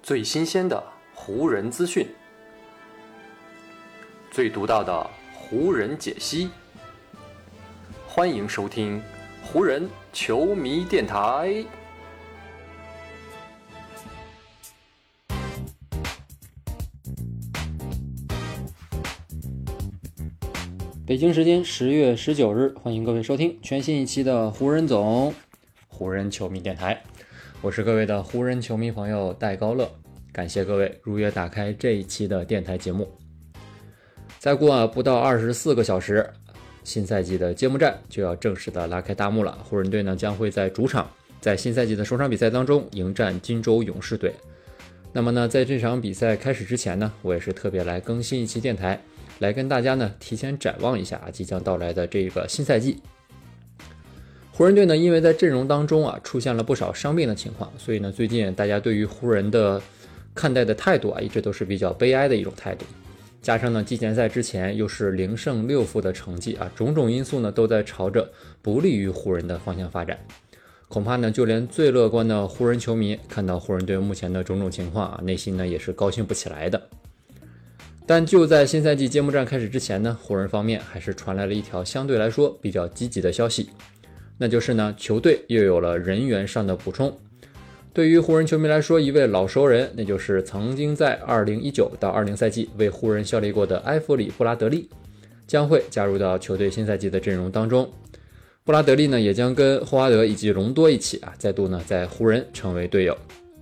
最新鲜的湖人资讯，最独到的湖人解析。欢迎收听湖人球迷电台。 北京时间10月19日，欢迎各位收听全新一期的湖人总湖人球迷电台。我是各位的湖人球迷朋友戴高乐，感谢各位如约打开这一期的电台节目。再过不到24个小时，新赛季的揭幕战就要正式的拉开大幕了。湖人队呢将会在主场，在新赛季的首场比赛当中迎战金州勇士队。那么呢，在这场比赛开始之前呢，我也是特别来更新一期电台，来跟大家呢提前展望一下即将到来的这个新赛季。湖人队呢，因为在阵容当中出现了不少伤病的情况，所以呢，最近大家对于湖人的看待的态度一直都是比较悲哀的一种态度。加上呢，季前赛之前又是0胜6负的成绩种种因素呢都在朝着不利于湖人的方向发展。恐怕呢，就连最乐观的湖人球迷看到湖人队目前的种种情况内心呢也是高兴不起来的。但就在新赛季揭幕战开始之前呢，湖人方面还是传来了一条相对来说比较积极的消息，那就是呢，球队又有了人员上的补充。对于湖人球迷来说，一位老熟人，那就是曾经在2019到20赛季为湖人效力过的埃弗里·布拉德利，将会加入到球队新赛季的阵容当中。布拉德利呢，也将跟霍华德以及隆多一起再度呢在湖人成为队友。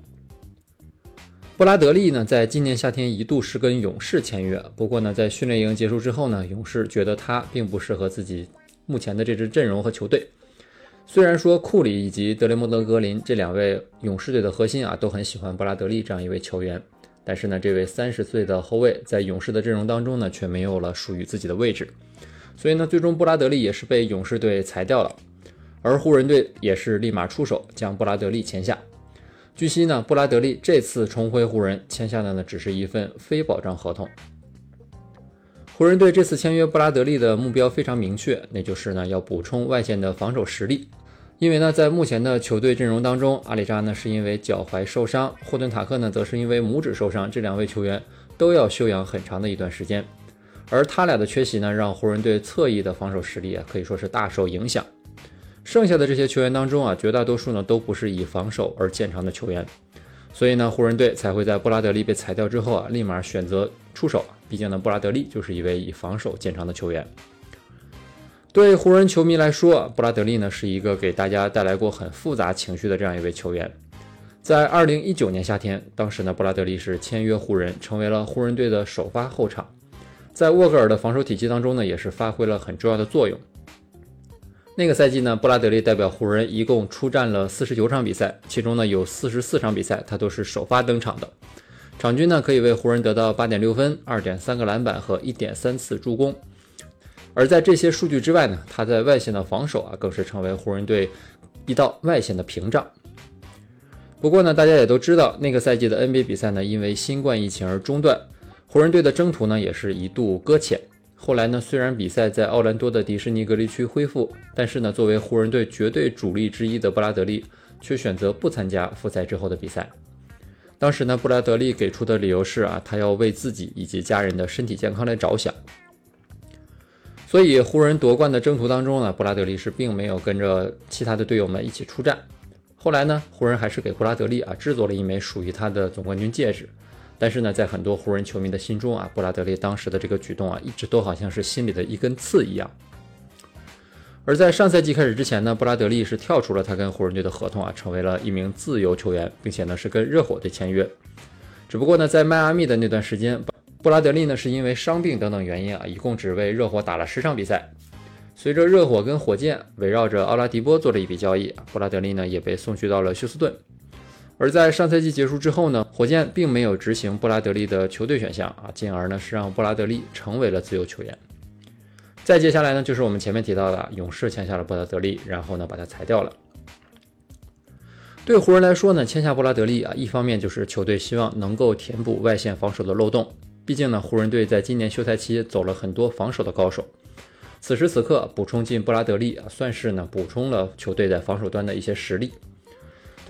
布拉德利呢，在今年夏天一度是跟勇士签约，不过呢，在训练营结束之后呢，勇士觉得他并不适合自己目前的这支阵容和球队。虽然说库里以及德雷蒙德·格林这两位勇士队的核心都很喜欢布拉德利这样一位球员，但是呢，这位30岁的后卫在勇士的阵容当中呢，却没有了属于自己的位置。所以呢，最终布拉德利也是被勇士队裁掉了，而湖人队也是立马出手将布拉德利签下。据悉呢，布拉德利这次重回湖人签下的呢，只是一份非保障合同。湖人队这次签约布拉德利的目标非常明确，那就是呢要补充外线的防守实力。因为呢，在目前的球队阵容当中，阿里扎呢是因为脚踝受伤，霍顿塔克呢则是因为拇指受伤，这两位球员都要休养很长的一段时间。而他俩的缺席呢，让湖人队侧翼的防守实力可以说是大受影响。剩下的这些球员当中绝大多数呢都不是以防守而见长的球员，所以呢，湖人队才会在布拉德利被裁掉之后立马选择出手。毕竟呢，布拉德利就是一位以防守见长的球员。对湖人球迷来说，布拉德利呢是一个给大家带来过很复杂情绪的这样一位球员。在2019年夏天，当时呢，布拉德利是签约湖人，成为了湖人队的首发后场，在沃格尔的防守体系当中呢，也是发挥了很重要的作用。那个赛季呢，布拉德利代表湖人一共出战了49场比赛，其中呢有44场比赛他都是首发登场的，场均呢可以为湖人得到 8.6 分、2.3 个篮板和 1.3 次助攻。而在这些数据之外呢，他在外线的防守更是成为湖人队一道外线的屏障。不过呢，大家也都知道，那个赛季的 NBA 比赛呢，因为新冠疫情而中断，湖人队的征途呢也是一度搁浅。后来呢，虽然比赛在奥兰多的迪士尼隔离区恢复，但是呢，作为湖人队绝对主力之一的布拉德利却选择不参加复赛之后的比赛。当时呢，布拉德利给出的理由是他要为自己以及家人的身体健康来着想。所以湖人夺冠的征途当中呢，布拉德利是并没有跟着其他的队友们一起出战。后来呢，湖人还是给布拉德利制作了一枚属于他的总冠军戒指。但是呢，在很多湖人球迷的心中布拉德利当时的这个举动一直都好像是心里的一根刺一样。而在上赛季开始之前呢，布拉德利是跳出了他跟湖人队的合同成为了一名自由球员，并且呢是跟热火队签约。只不过呢，在迈阿密的那段时间，布拉德利呢是因为伤病等等原因一共只为热火打了10场比赛。随着热火跟火箭围绕着奥拉迪波做了一笔交易，布拉德利呢也被送去到了休斯顿。而在上赛季结束之后呢，火箭并没有执行布拉德利的球队选项进而呢是让布拉德利成为了自由球员。再接下来呢，就是我们前面提到的勇士签下了布拉德利，然后呢把他裁掉了。对湖人来说呢，签下布拉德利一方面就是球队希望能够填补外线防守的漏洞，毕竟呢湖人队在今年休赛期走了很多防守的高手，此时此刻补充进布拉德利算是呢补充了球队在防守端的一些实力。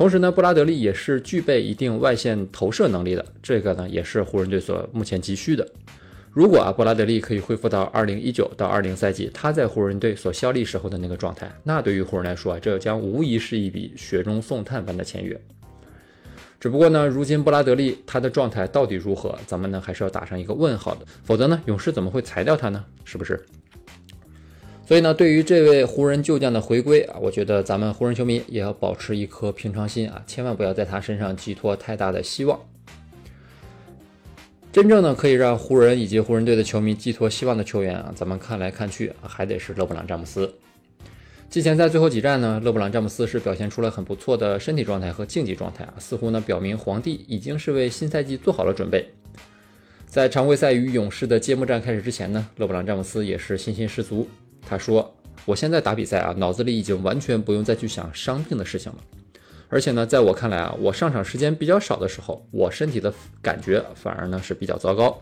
同时呢，布拉德利也是具备一定外线投射能力的，这个呢也是湖人队所目前急需的。如果布拉德利可以恢复到2019到20赛季他在湖人队所效力时候的那个状态，那对于湖人来说这将无疑是一笔雪中送炭般的签约。只不过呢，如今布拉德利他的状态到底如何，咱们呢还是要打上一个问号的，否则呢，勇士怎么会裁掉他呢？是不是？所以呢，对于这位湖人旧将的回归我觉得咱们湖人球迷也要保持一颗平常心千万不要在他身上寄托太大的希望。真正呢可以让湖人以及湖人队的球迷寄托希望的球员咱们看来看去还得是勒布朗詹姆斯。季前赛最后几战呢，勒布朗詹姆斯是表现出了很不错的身体状态和竞技状态似乎呢表明皇帝已经是为新赛季做好了准备。在常规赛与勇士的揭幕战开始之前呢，勒布朗詹姆斯也是信心十足。他说，我现在打比赛脑子里已经完全不用再去想伤病的事情了，而且呢在我看来我上场时间比较少的时候，我身体的感觉反而呢是比较糟糕。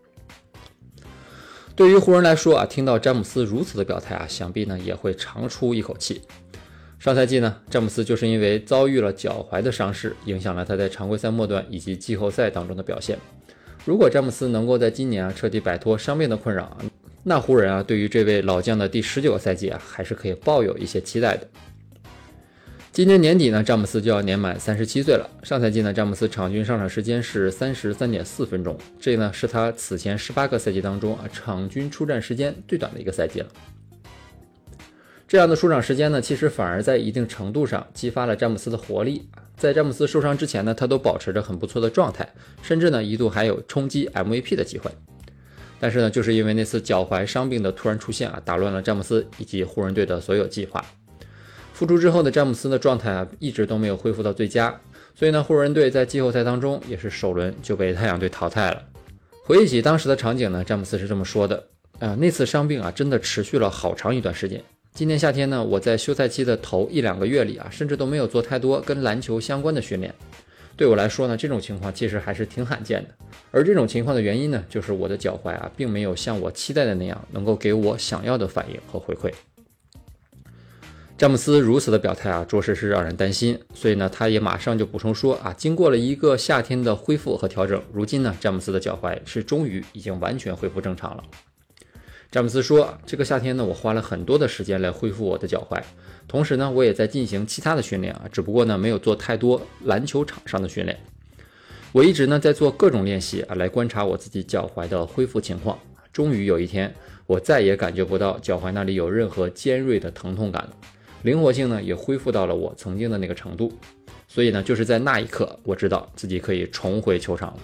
对于湖人来说听到詹姆斯如此的表态想必呢也会长出一口气。上赛季呢，詹姆斯就是因为遭遇了脚踝的伤势，影响了他在常规赛末段以及季后赛当中的表现。如果詹姆斯能够在今年彻底摆脱伤病的困扰，那湖人对于这位老将的第19个赛季还是可以抱有一些期待的。今年年底呢，詹姆斯就要年满37岁了。上赛季呢，詹姆斯场均上场时间是33.4分钟，这呢是他此前18个赛季当中场均出战时间最短的一个赛季了。这样的出场时间呢，其实反而在一定程度上激发了詹姆斯的活力。在詹姆斯受伤之前呢，他都保持着很不错的状态，甚至呢一度还有冲击 MVP 的机会。但是呢，就是因为那次脚踝伤病的突然出现打乱了詹姆斯以及湖人队的所有计划。复出之后的詹姆斯的状态一直都没有恢复到最佳，所以呢，湖人队在季后赛当中也是首轮就被太阳队淘汰了。回忆起当时的场景呢，詹姆斯是这么说的那次伤病真的持续了好长一段时间。今年夏天呢，我在休赛期的头1-2个月里甚至都没有做太多跟篮球相关的训练。对我来说呢，这种情况其实还是挺罕见的。而这种情况的原因呢，就是我的脚踝并没有像我期待的那样能够给我想要的反应和回馈。詹姆斯如此的表态着实是让人担心，所以呢，他也马上就补充说经过了一个夏天的恢复和调整，如今呢，詹姆斯的脚踝是终于已经完全恢复正常了。詹姆斯说，这个夏天呢，我花了很多的时间来恢复我的脚踝，同时呢，我也在进行其他的训练只不过呢，没有做太多篮球场上的训练。我一直呢在做各种练习来观察我自己脚踝的恢复情况。终于有一天，我再也感觉不到脚踝那里有任何尖锐的疼痛感了，灵活性呢也恢复到了我曾经的那个程度。所以呢，就是在那一刻，我知道自己可以重回球场了。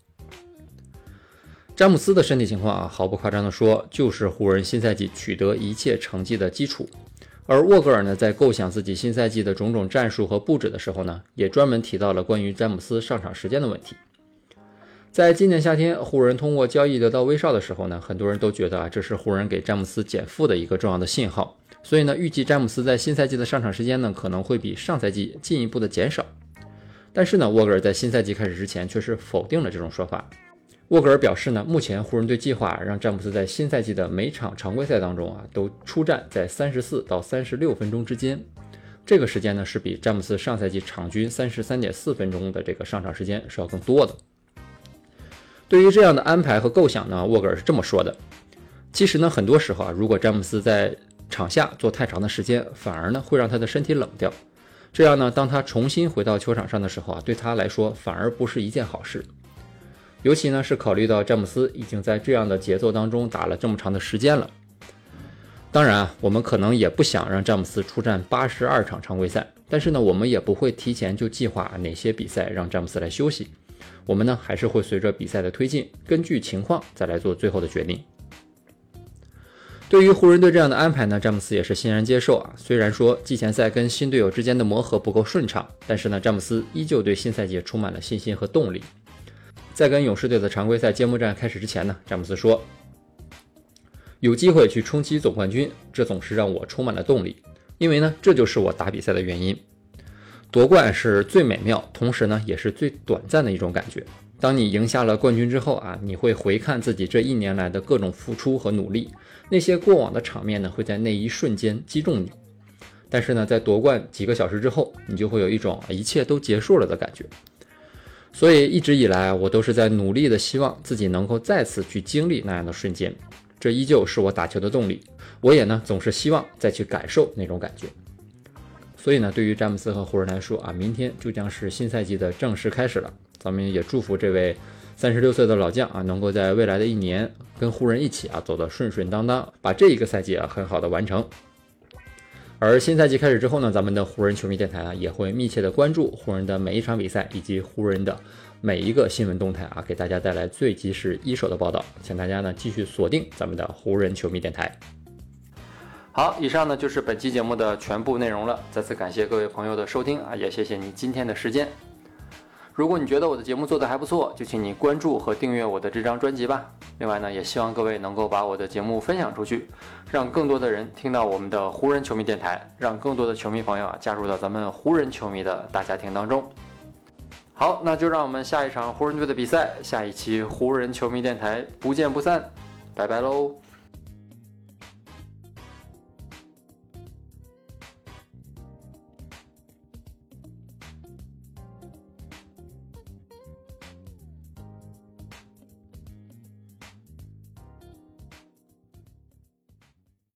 詹姆斯的身体情况毫不夸张的说，就是湖人新赛季取得一切成绩的基础。而沃格尔呢，在构想自己新赛季的种种战术和布置的时候呢，也专门提到了关于詹姆斯上场时间的问题。在今年夏天，湖人通过交易得到威少的时候呢，很多人都觉得这是湖人给詹姆斯减负的一个重要的信号。所以呢，预计詹姆斯在新赛季的上场时间呢，可能会比上赛季进一步的减少。但是呢，沃格尔在新赛季开始之前却是否定了这种说法。沃格尔表示呢，目前湖人队计划让詹姆斯在新赛季的每场常规赛当中都出战在34到36分钟之间。这个时间呢，是比詹姆斯上赛季场均33.4分钟的这个上场时间是要更多的。对于这样的安排和构想呢，沃格尔是这么说的：其实呢，很多时候如果詹姆斯在场下做太长的时间，反而呢会让他的身体冷掉。这样呢，当他重新回到球场上的时候对他来说反而不是一件好事。尤其呢是考虑到詹姆斯已经在这样的节奏当中打了这么长的时间了。当然我们可能也不想让詹姆斯出战82场常规赛，但是呢，我们也不会提前就计划哪些比赛让詹姆斯来休息。我们呢还是会随着比赛的推进，根据情况再来做最后的决定。对于湖人队这样的安排呢，詹姆斯也是欣然接受虽然说季前赛跟新队友之间的磨合不够顺畅，但是呢，詹姆斯依旧对新赛季充满了信心和动力。在跟勇士队的常规赛揭幕战开始之前呢，詹姆斯说，有机会去冲击总冠军，这总是让我充满了动力，因为呢，这就是我打比赛的原因。夺冠是最美妙，同时呢，也是最短暂的一种感觉。当你赢下了冠军之后你会回看自己这1年来的各种付出和努力，那些过往的场面呢，会在那一瞬间击中你。 但是呢，在夺冠几个小时之后，你就会有一种一切都结束了的感觉。所以一直以来，我都是在努力的希望自己能够再次去经历那样的瞬间，这依旧是我打球的动力。我也呢总是希望再去感受那种感觉。所以呢，对于詹姆斯和湖人来说明天就将是新赛季的正式开始了。咱们也祝福这位36岁的老将能够在未来的一年跟湖人一起走得顺顺当当，把这一个赛季很好的完成。而新赛季开始之后呢，咱们的湖人球迷电台也会密切的关注湖人的每一场比赛以及湖人的每一个新闻动态给大家带来最及时一手的报道，请大家呢继续锁定咱们的湖人球迷电台。好，以上呢就是本期节目的全部内容了。再次感谢各位朋友的收听也谢谢你今天的时间。如果你觉得我的节目做得还不错，就请你关注和订阅我的这张专辑吧。另外呢，也希望各位能够把我的节目分享出去，让更多的人听到我们的湖人球迷电台，让更多的球迷朋友加入到咱们湖人球迷的大家庭当中。好，那就让我们下一场湖人队的比赛，下一期湖人球迷电台不见不散，拜拜喽。